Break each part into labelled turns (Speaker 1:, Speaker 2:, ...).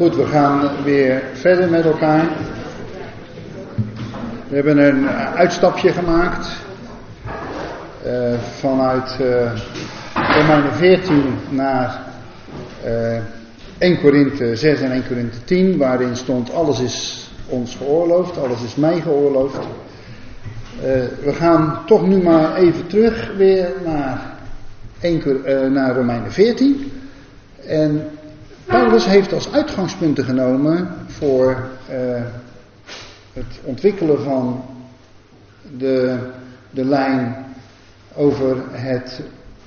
Speaker 1: Goed, we gaan weer verder met elkaar. We hebben een uitstapje gemaakt vanuit Romeinen 14 naar 1 Korinthe 6 en 1 Korinthe 10, waarin stond: alles is ons geoorloofd, alles is mij geoorloofd. We gaan toch nu maar even terug weer naar Romeinen 14. En Paulus heeft als uitgangspunten genomen voor het ontwikkelen van de lijn over het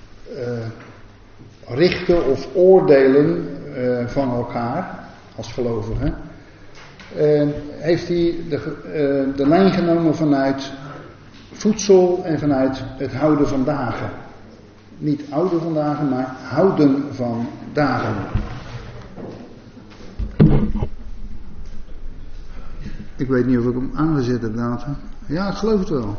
Speaker 1: richten of oordelen van elkaar als gelovigen. Heeft hij de lijn genomen vanuit voedsel en vanuit het houden van dagen. Niet oude van dagen, maar houden van dagen. Ik weet niet of ik hem aangezet heb, Nathan. Ja, ik geloof het wel.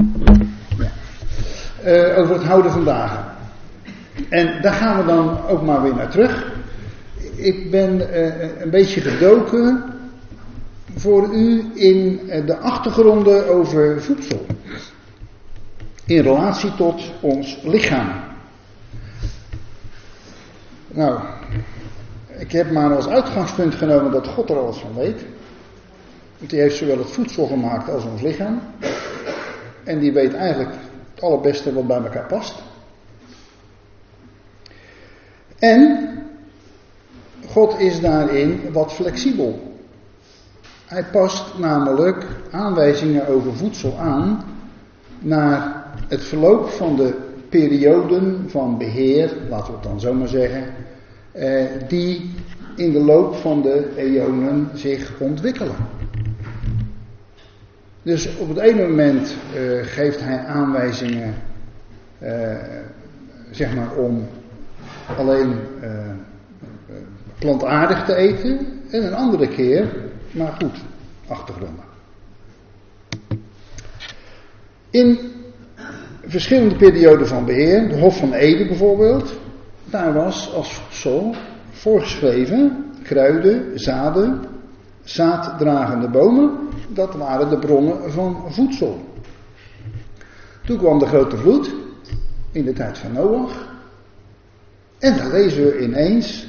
Speaker 1: Ja. Over het houden van dagen. En daar gaan we dan ook maar weer naar terug. Ik ben een beetje gedoken voor u in de achtergronden over voedsel. In relatie tot ons lichaam. Nou, ik heb maar als uitgangspunt genomen dat God er alles van weet. Want die heeft zowel het voedsel gemaakt als ons lichaam. En die weet eigenlijk het allerbeste wat bij elkaar past. En God is daarin wat flexibel. Hij past namelijk aanwijzingen over voedsel aan naar het verloop van de perioden van beheer, laten we het dan zo maar zeggen, die in de loop van de eonen zich ontwikkelen. Dus op het ene moment geeft hij aanwijzingen, zeg maar, om alleen plantaardig te eten, en een andere keer, maar goed, achtergronden. In verschillende perioden van beheer, de Hof van Eden bijvoorbeeld, daar was als voedsel voorgeschreven kruiden, zaden, zaaddragende bomen, dat waren de bronnen van voedsel. Toen kwam de grote vloed, in de tijd van Noach, en dan lezen we ineens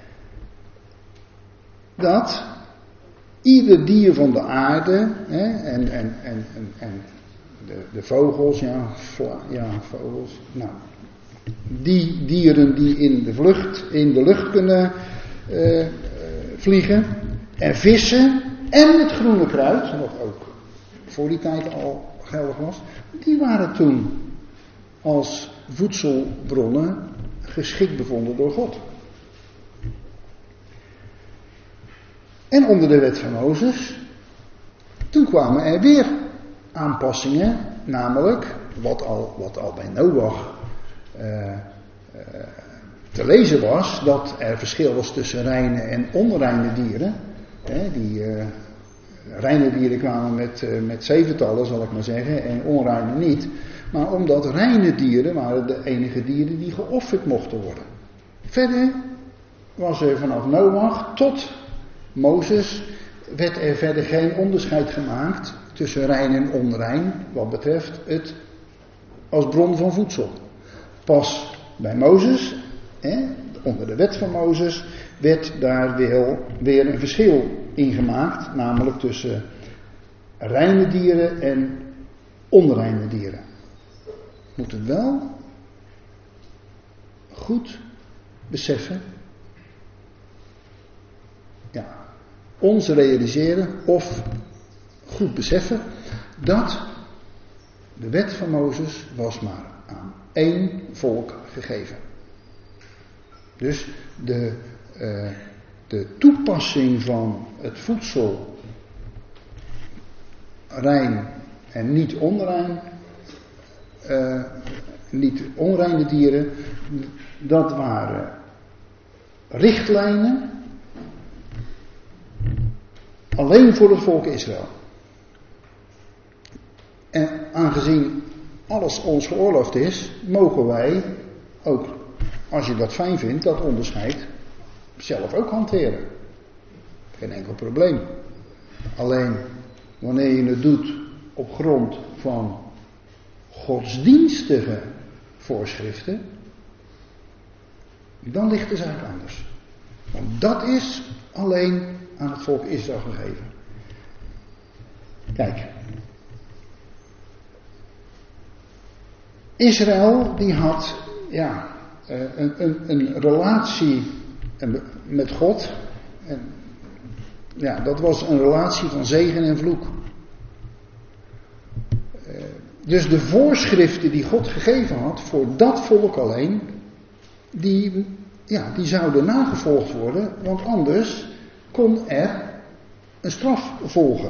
Speaker 1: dat ieder dier van de aarde, en de vogels, vogels, nou, die dieren die in de lucht kunnen vliegen, en vissen, en het groene kruid, wat ook voor die tijd al geldig was, die waren toen als voedselbronnen geschikt bevonden door God. En onder de wet van Mozes, toen kwamen er weer aanpassingen, namelijk wat al bij Noach te lezen was, dat er verschil was tussen reine en onreine dieren. Die reine dieren kwamen met zeventallen, zal ik maar zeggen, en onreine niet. Maar omdat reine dieren waren de enige dieren die geofferd mochten worden. Verder was er vanaf Noach tot Mozes, werd er verder geen onderscheid gemaakt tussen rein en onrein, wat betreft het als bron van voedsel. Pas bij Mozes, onder de wet van Mozes, werd daar weer een verschil in gemaakt, namelijk tussen reine dieren en onreine dieren. Moet het wel goed beseffen, ons realiseren of goed beseffen dat de wet van Mozes was maar aan één volk gegeven. Dus de toepassing van het voedsel rein en niet onrein, niet onreine dieren, dat waren richtlijnen alleen voor het volk Israël. En aangezien alles ons geoorloofd is, mogen wij ook, als je dat fijn vindt, dat onderscheid zelf ook hanteren. Geen enkel probleem. Alleen wanneer je het doet op grond van godsdienstige voorschriften, dan ligt de zaak anders. Want dat is alleen aan het volk Israël gegeven. Kijk. Israël die had een relatie met God. En, dat was een relatie van zegen en vloek. Dus de voorschriften die God gegeven had voor dat volk alleen, die zouden nagevolgd worden, want anders kon er een straf volgen.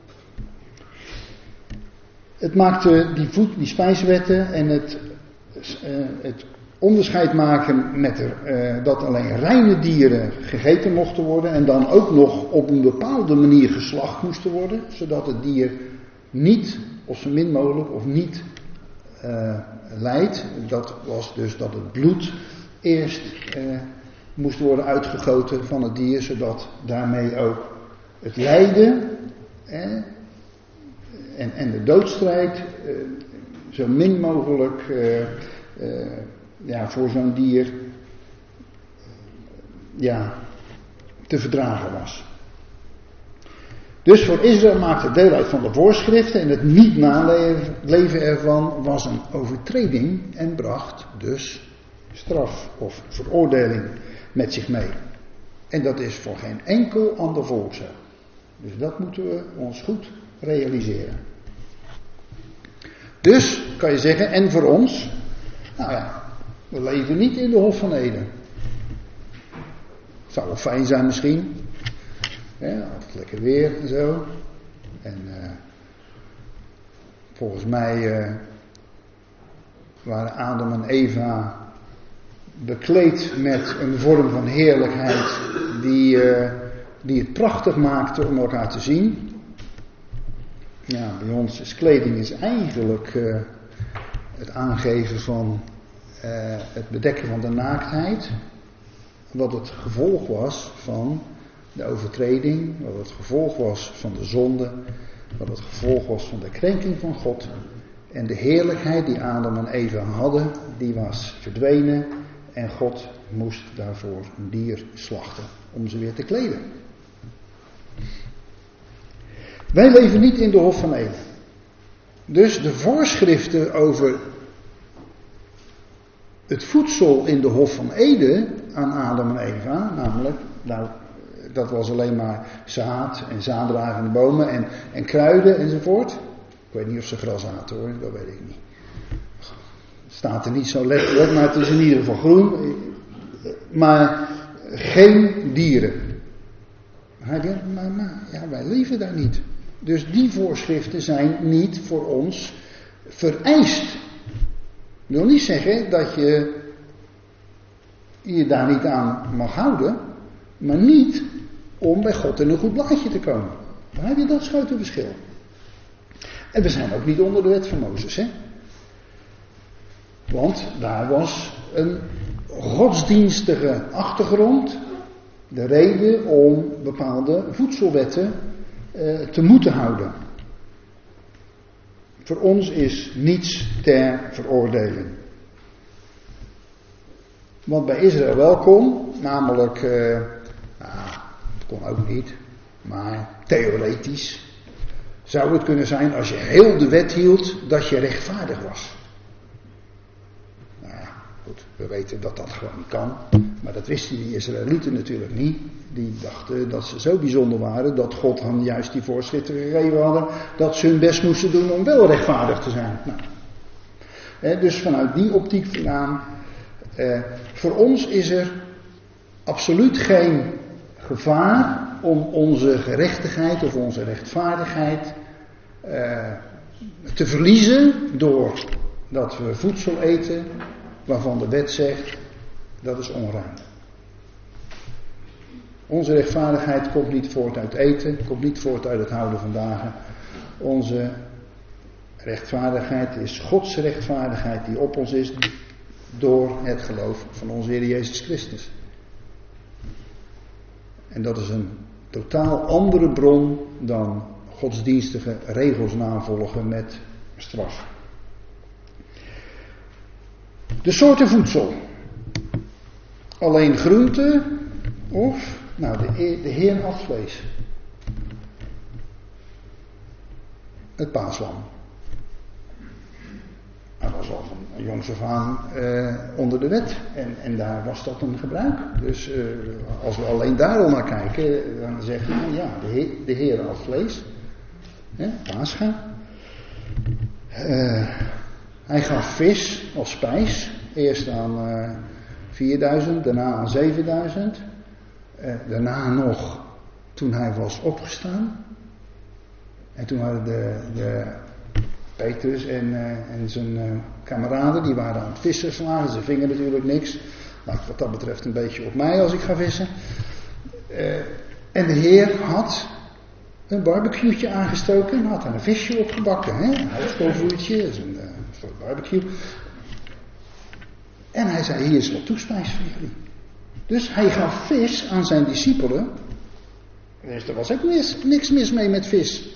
Speaker 1: Het maakte die spijswetten en het onderscheid maken met dat alleen reine dieren gegeten mochten worden en dan ook nog op een bepaalde manier geslacht moesten worden, zodat het dier niet, of zo min mogelijk, of niet lijdt. Dat was dus dat het bloed eerst moest worden uitgegoten van het dier, zodat daarmee ook het lijden en de doodstrijd zo min mogelijk voor zo'n dier te verdragen was. Dus voor Israël maakte deel uit van de voorschriften en het niet naleven ervan was een overtreding en bracht dus straf of veroordeling met zich mee. En dat is voor geen enkel ander volk zo. Dus dat moeten we ons goed realiseren. Dus kan je zeggen, en voor ons, we leven niet in de Hof van Eden. Het zou wel fijn zijn misschien. Altijd lekker weer en zo. En volgens mij waren Adam en Eva bekleed met een vorm van heerlijkheid die het prachtig maakte om elkaar te zien. Ja, bij ons is kleding eigenlijk het aangeven van het bedekken van de naaktheid. Wat het gevolg was van de overtreding, wat het gevolg was van de zonde, wat het gevolg was van de krenking van God. En de heerlijkheid die Adam en Eva hadden, die was verdwenen. En God moest daarvoor een dier slachten om ze weer te kleden. Wij leven niet in de Hof van Eden. Dus de voorschriften over het voedsel in de Hof van Eden aan Adam en Eva, namelijk, dat was alleen maar zaad en zaaddragende bomen en kruiden enzovoort. Ik weet niet of ze gras aten hoor, dat weet ik niet. Het staat er niet zo letterlijk, maar het is in ieder geval groen. Maar geen dieren. Maar wij leven daar niet. Dus die voorschriften zijn niet voor ons vereist. Ik wil niet zeggen dat je je daar niet aan mag houden, maar niet om bij God in een goed blaadje te komen. Dan heb je dat grote verschil. En we zijn ook niet onder de wet van Mozes, hè? Want daar was een godsdienstige achtergrond, de reden om bepaalde voedselwetten te moeten houden. Voor ons is niets ter veroordeling. Wat bij Israël wel kon, namelijk, het kon ook niet, maar theoretisch zou het kunnen zijn als je heel de wet hield dat je rechtvaardig was. Goed, we weten dat dat gewoon niet kan, maar dat wisten die Israëlieten natuurlijk niet. Die dachten dat ze zo bijzonder waren dat God hen juist die voorschriften gegeven hadden dat ze hun best moesten doen om wel rechtvaardig te zijn. Dus vanuit die optiek vandaan, voor ons is er absoluut geen gevaar om onze gerechtigheid of onze rechtvaardigheid te verliezen doordat we voedsel eten waarvan de wet zegt dat is onrein. Onze rechtvaardigheid komt niet voort uit eten, komt niet voort uit het houden van dagen. Onze rechtvaardigheid is Gods rechtvaardigheid die op ons is door het geloof van onze Heer Jezus Christus. En dat is een totaal andere bron dan godsdienstige regels navolgen met straf. De soorten voedsel. Alleen groente of, de Heer at vlees. Het paaslam. Dat was al van jongs af aan onder de wet. En daar was dat een gebruik. Dus als we alleen daar al naar kijken, dan zeggen we, de Heer at vlees. Pascha. Hij gaf vis als spijs. Eerst aan 4000, daarna aan 7000. Daarna nog toen hij was opgestaan. En toen waren de Petrus en zijn kameraden, die waren aan het vissen geslagen. Ze vingen natuurlijk niks. Lijkt wat dat betreft een beetje op mij als ik ga vissen. En de Heer had een barbecue'tje aangestoken en had er een visje opgebakken. Een houtskoolvuurtje, een soort barbecue. En hij zei, hier is wat toespijs voor jullie. Dus hij gaf vis aan zijn discipelen. Dus er was ook niks mis mee met vis.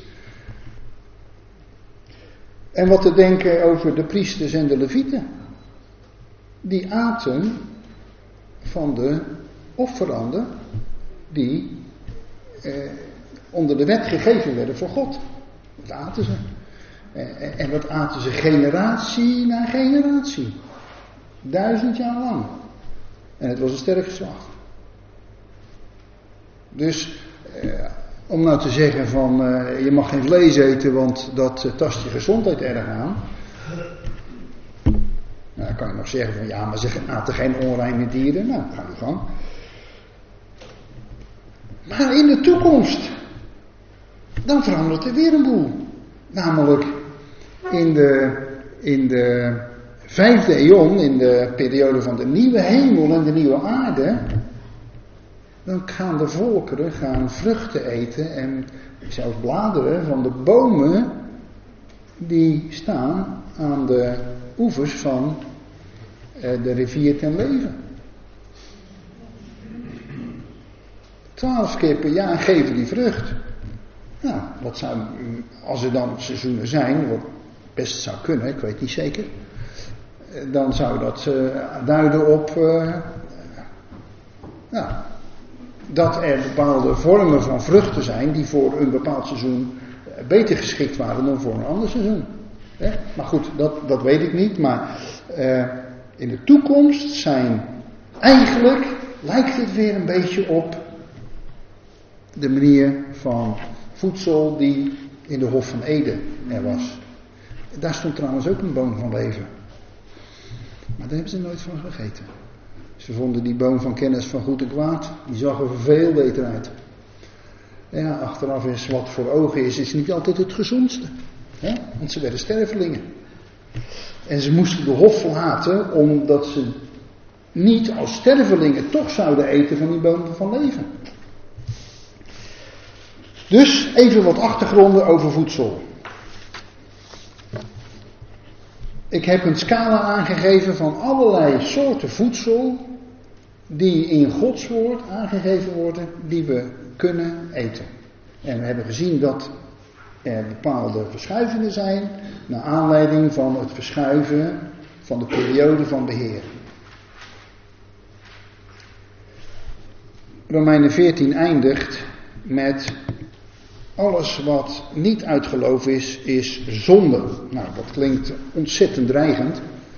Speaker 1: En wat te denken over de priesters en de levieten. Die aten van de offeranden die onder de wet gegeven werden voor God. Dat aten ze. En dat aten ze generatie na generatie. 1000 jaar lang. En het was een sterk geslacht. Dus om nou te zeggen van je mag geen vlees eten want dat tast je gezondheid erg aan. Nou, dan kan je nog zeggen van ja, maar ze aten geen onreine dieren. Nou, ga je gang. Maar in de toekomst, dan verandert er weer een boel. Namelijk in de 5e eeuw, in de periode van de nieuwe hemel en de nieuwe aarde, dan gaan de volkeren vruchten eten en zelfs bladeren van de bomen die staan aan de oevers van de rivier ten leven. 12 keer per jaar geven die vrucht. Nou, wat zou, als er dan seizoenen zijn, wat best zou kunnen, ik weet niet zeker, dan zou dat duiden op dat er bepaalde vormen van vruchten zijn die voor een bepaald seizoen beter geschikt waren dan voor een ander seizoen. Maar goed, dat weet ik niet, maar in de toekomst lijkt het weer een beetje op de manier van voedsel die in de Hof van Eden er was. Daar stond trouwens ook een boom van leven. Maar daar hebben ze nooit van gegeten. Ze vonden die boom van kennis van goed en kwaad, die zag er veel beter uit. Ja, achteraf is wat voor ogen is niet altijd het gezondste. Want ze werden stervelingen. En ze moesten de hof verlaten omdat ze niet als stervelingen toch zouden eten van die boom van leven. Dus even wat achtergronden over voedsel. Ik heb een scala aangegeven van allerlei soorten voedsel die in Gods woord aangegeven worden, die we kunnen eten. En we hebben gezien dat er bepaalde verschuivingen zijn naar aanleiding van het verschuiven van de periode van de Heer. Romeinen 14 eindigt met alles wat niet uit geloof is zonde. Nou, dat klinkt ontzettend dreigend.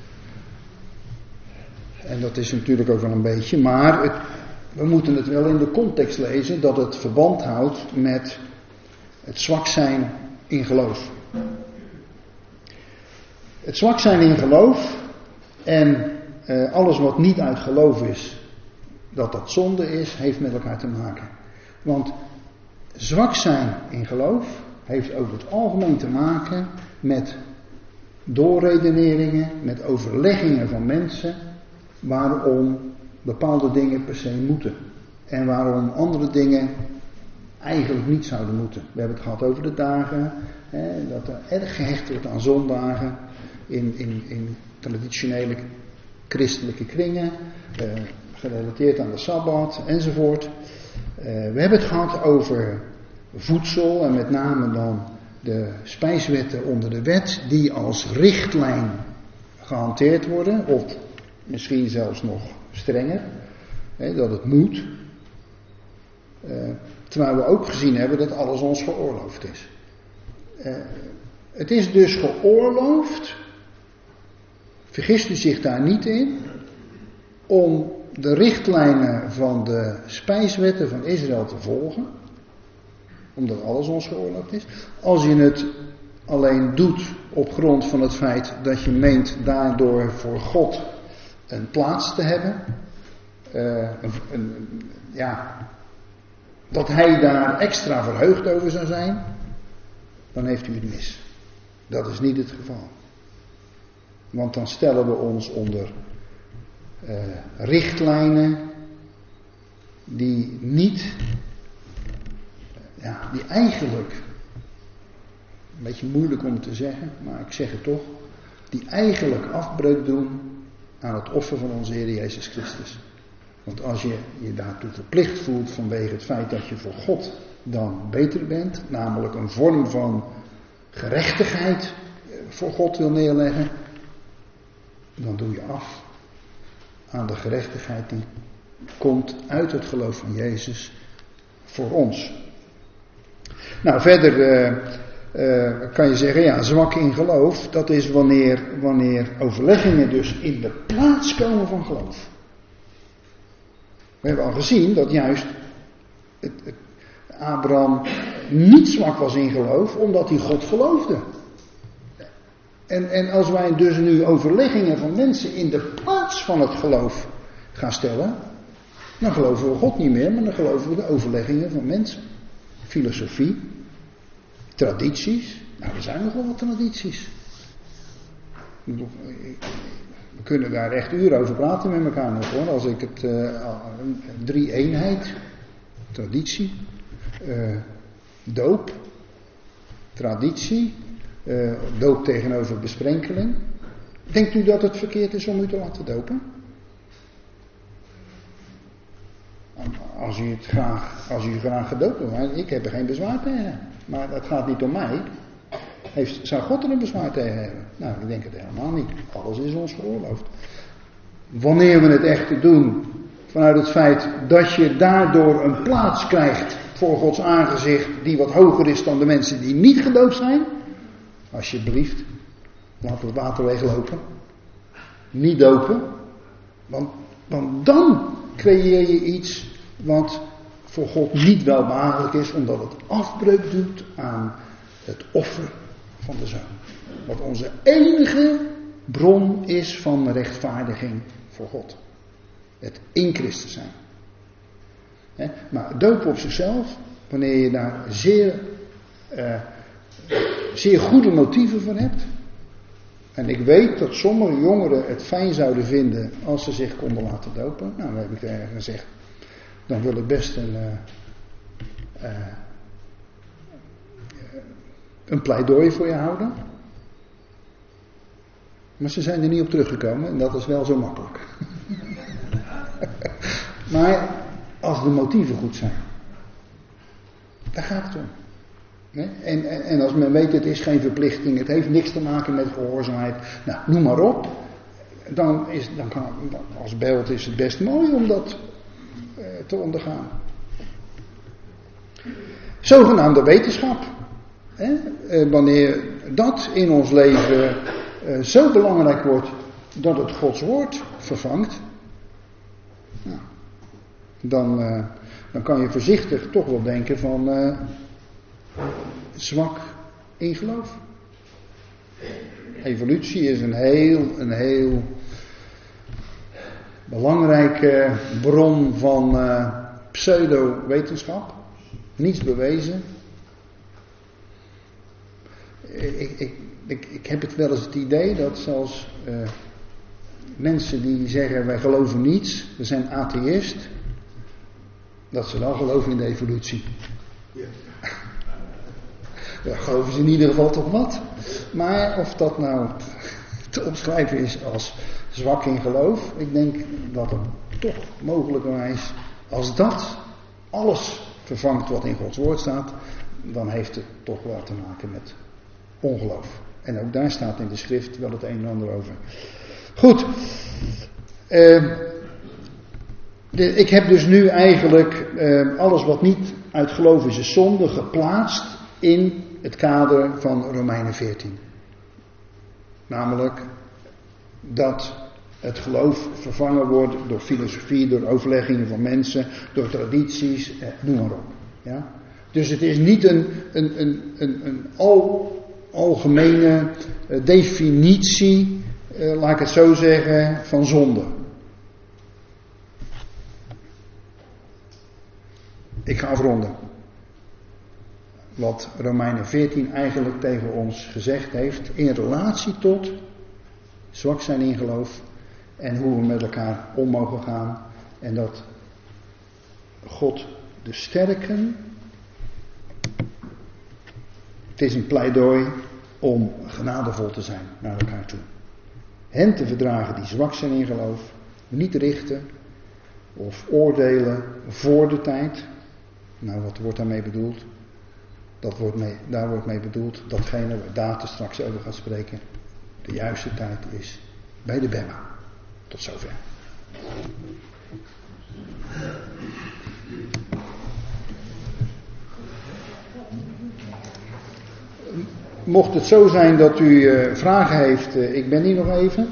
Speaker 1: En dat is natuurlijk ook wel een beetje, maar we moeten het wel in de context lezen dat het verband houdt met het zwak zijn in geloof. Het zwak zijn in geloof en alles wat niet uit geloof is, dat zonde is, heeft met elkaar te maken. Want zwak zijn in geloof heeft over het algemeen te maken met doorredeneringen, met overleggingen van mensen waarom bepaalde dingen per se moeten. En waarom andere dingen eigenlijk niet zouden moeten. We hebben het gehad over de dagen, dat er erg gehecht wordt aan zondagen in traditionele christelijke kringen, gerelateerd aan de Sabbat enzovoort. We hebben het gehad over voedsel en met name dan de spijswetten onder de wet die als richtlijn gehanteerd worden, of misschien zelfs nog strenger, dat het moet. Terwijl we ook gezien hebben dat alles ons geoorloofd is. Het is dus geoorloofd, vergist u zich daar niet in, om de richtlijnen van de spijswetten van Israël te volgen, omdat alles ons geoorloofd is. Als je het alleen doet op grond van het feit dat je meent daardoor voor God een plaats te hebben, dat hij daar extra verheugd over zou zijn, dan heeft u het mis. Dat is niet het geval. Want dan stellen we ons onder richtlijnen die niet, die eigenlijk, een beetje moeilijk om te zeggen, maar ik zeg het toch, die eigenlijk afbreuk doen aan het offer van onze Heer Jezus Christus. Want als je je daartoe verplicht voelt vanwege het feit dat je voor God dan beter bent, namelijk een vorm van gerechtigheid voor God wil neerleggen, dan doe je af aan de gerechtigheid die komt uit het geloof van Jezus voor ons. Nou, verder kan je zeggen, zwak in geloof, dat is wanneer overleggingen dus in de plaats komen van geloof. We hebben al gezien dat juist Abraham niet zwak was in geloof, omdat hij God geloofde. En als wij dus nu overleggingen van mensen in de plaats van het geloof gaan stellen, dan geloven we God niet meer, maar dan geloven we de overleggingen van mensen. Filosofie, tradities. Nou, er zijn nog wel wat tradities. We kunnen daar echt uren over praten met elkaar nog hoor. Als ik het drie-eenheid, traditie, doop, traditie, doop tegenover besprenkeling. Denkt u dat het verkeerd is om u te laten dopen? Als u graag gedoopt wordt, ik heb er geen bezwaar tegen. Maar dat gaat niet om mij. Zou God er een bezwaar tegen hebben? Nou, ik denk het helemaal niet. Alles is ons geoorloofd. Wanneer we het echt doen, vanuit het feit dat je daardoor een plaats krijgt voor Gods aangezicht die wat hoger is dan de mensen die niet gedoopt zijn, alsjeblieft, laat het water weglopen. Niet dopen. Want dan creëer je iets wat voor God niet welbehagelijk is, omdat het afbreuk doet aan het offer van de Zoon. Wat onze enige bron is van rechtvaardiging voor God. Het in Christus zijn. Maar doop op zichzelf, wanneer je daar zeer goede motieven voor hebt. En ik weet dat sommige jongeren het fijn zouden vinden als ze zich konden laten dopen. Nou, dan heb ik tegen gezegd, dan wil ik best een pleidooi voor je houden. Maar ze zijn er niet op teruggekomen en dat is wel zo makkelijk. Maar als de motieven goed zijn, daar gaat het om. En als men weet, het is geen verplichting, het heeft niks te maken met gehoorzaamheid, nou, noem maar op. Dan kan, als beeld is het best mooi om dat te ondergaan. Zogenaamde wetenschap. Wanneer dat in ons leven zo belangrijk wordt dat het Gods woord vervangt, nou, dan kan je voorzichtig toch wel denken van zwak in geloof. Evolutie is een heel belangrijke bron van pseudo-wetenschap. Niets bewezen. Ik heb het wel eens het idee dat zelfs mensen die zeggen wij geloven niets, we zijn atheïst, dat ze wel geloven in de evolutie. Ja. Daar geloven ze in ieder geval toch wat. Maar of dat nou te omschrijven is als zwak in geloof, ik denk dat het toch mogelijkerwijs, als dat alles vervangt wat in Gods woord staat, dan heeft het toch wel te maken met ongeloof. En ook daar staat in de schrift wel het een en ander over. Goed. Ik heb dus nu eigenlijk alles wat niet uit geloof is zonde geplaatst in het kader van Romeinen 14. Namelijk dat het geloof vervangen wordt door filosofie, door overleggingen van mensen, door tradities, noem maar op. Ja? Dus het is niet een algemene definitie, laat ik het zo zeggen, van zonde. Ik ga afronden. Wat Romeinen 14 eigenlijk tegen ons gezegd heeft in relatie tot zwak zijn in geloof en hoe we met elkaar om mogen gaan en dat God de sterken, het is een pleidooi om genadevol te zijn naar elkaar toe. Hen te verdragen die zwak zijn in geloof, niet richten of oordelen voor de tijd. Nou, wat wordt daarmee bedoeld? Daar wordt mee bedoeld datgene waar Date straks over gaat spreken. De juiste tijd is bij de Bema. Tot zover. Mocht het zo zijn dat u vragen heeft, ik ben hier nog even.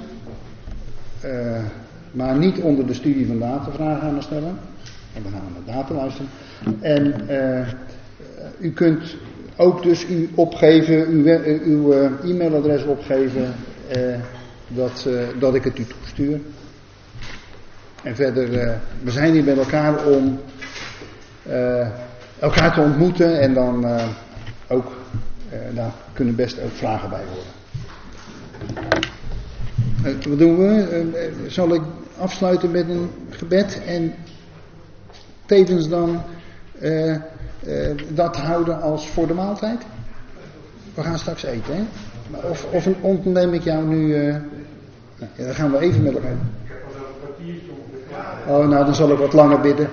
Speaker 1: Maar niet onder de studie van Date vragen aan me stellen. Want dan gaan we naar Date luisteren. En u kunt ook dus u opgeven, uw e-mailadres opgeven, dat ik het u toestuur. En verder, we zijn hier met elkaar om elkaar te ontmoeten en dan ook, daar kunnen best ook vragen bij horen. Wat doen we? Zal ik afsluiten met een gebed en tevens dan dat houden als voor de maaltijd? We gaan straks eten, hè? Of ontneem ik jou nu... ja, dan gaan we even met elkaar. Ik heb al een kwartiertje om te klaar. Oh, nou dan zal ik wat langer bidden.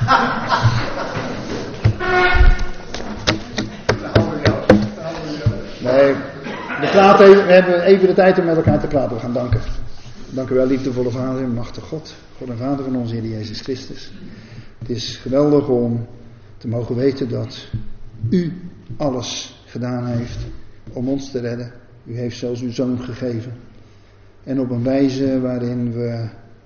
Speaker 1: Nee, we hebben even de tijd om met elkaar te praten. We gaan danken. Dank u wel, liefdevolle Vader, machtige God. God en Vader van onze Heer Jezus Christus. Het is geweldig om te mogen weten dat u alles gedaan heeft om ons te redden. U heeft zelfs uw zoon gegeven. En op een wijze waarin we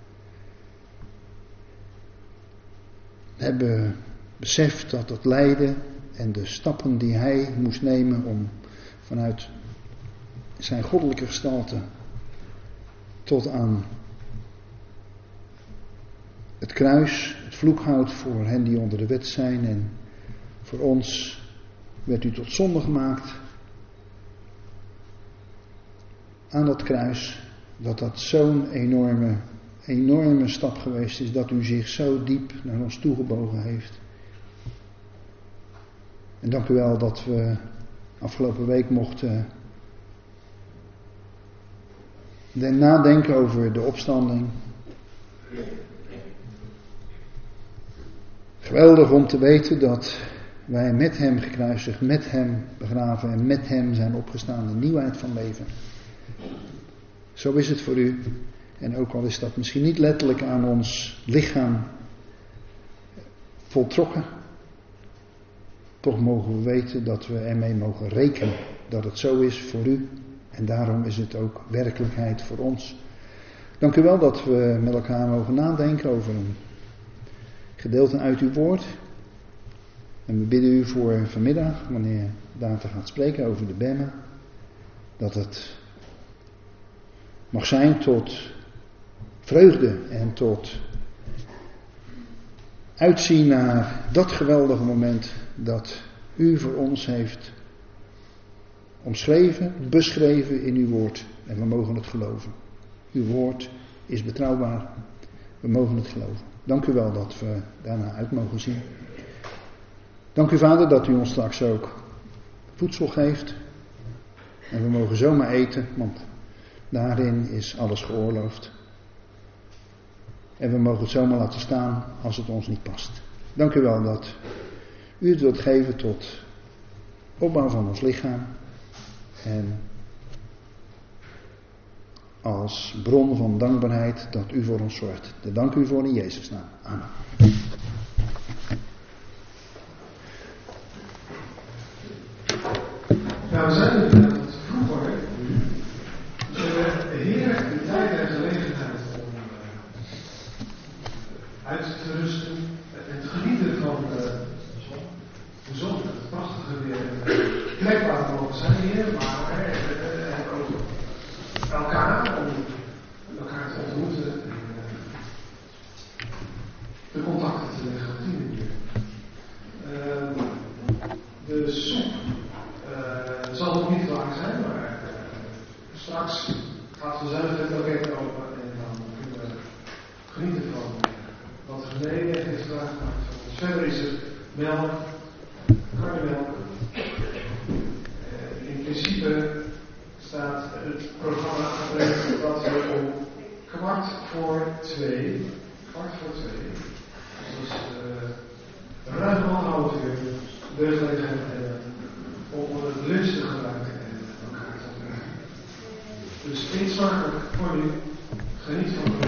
Speaker 1: hebben beseft dat het lijden en de stappen die hij moest nemen om vanuit zijn goddelijke gestalte tot aan het kruis, het vloekhout voor hen die onder de wet zijn en voor ons werd u tot zonde gemaakt aan dat kruis, dat zo'n enorme stap geweest is, dat u zich zo diep naar ons toegebogen heeft. En dank u wel dat we afgelopen week mochten nadenken over de opstanding. Geweldig om te weten dat wij met hem gekruisigd, met hem begraven en met hem zijn opgestaan in nieuwheid van leven. Zo is het voor u. En ook al is dat misschien niet letterlijk aan ons lichaam voltrokken, toch mogen we weten dat we ermee mogen rekenen dat het zo is voor u. En daarom is het ook werkelijkheid voor ons. Dank u wel dat we met elkaar mogen nadenken over een gedeelte uit uw woord. En we bidden u voor vanmiddag, wanneer Date gaat spreken over de Bema, dat het mag zijn tot vreugde en tot uitzien naar dat geweldige moment dat u voor ons heeft omschreven, beschreven in uw woord. En we mogen het geloven. Uw woord is betrouwbaar. We mogen het geloven. Dank u wel dat we daarna uit mogen zien. Dank u Vader dat u ons straks ook voedsel geeft. En we mogen zomaar eten, want daarin is alles geoorloofd. En we mogen het zomaar laten staan als het ons niet past. Dank u wel dat u het wilt geven tot opbouw van ons lichaam. En als bron van dankbaarheid dat u voor ons zorgt. Daar dank u voor in Jezus' naam. Amen.
Speaker 2: Nou, we zijn inderdaad wat vroeg worden. Dus we hebben heerlijk de tijd en gelegenheid om uit te rusten en te genieten van de zon, het prachtige weer. Plek waar we mogen zijn hier, maar we hebben ook elkaar om elkaar te ontmoeten en de contacten te leggen op die manier. De soep zal nog niet klaar zijn, maar straks gaat vanzelf het loket open en dan kunnen we genieten van wat René heeft klaargemaakt voor ons. Verder is er melk, karnemelk. In principe staat het programma gepland dat we om 2:15. Dus dat is ruim 1,5 uur de gelegenheid hebben om het lunch te gebruiken en elkaar te ontmoeten. Dus eet smakelijk voor u. Geniet van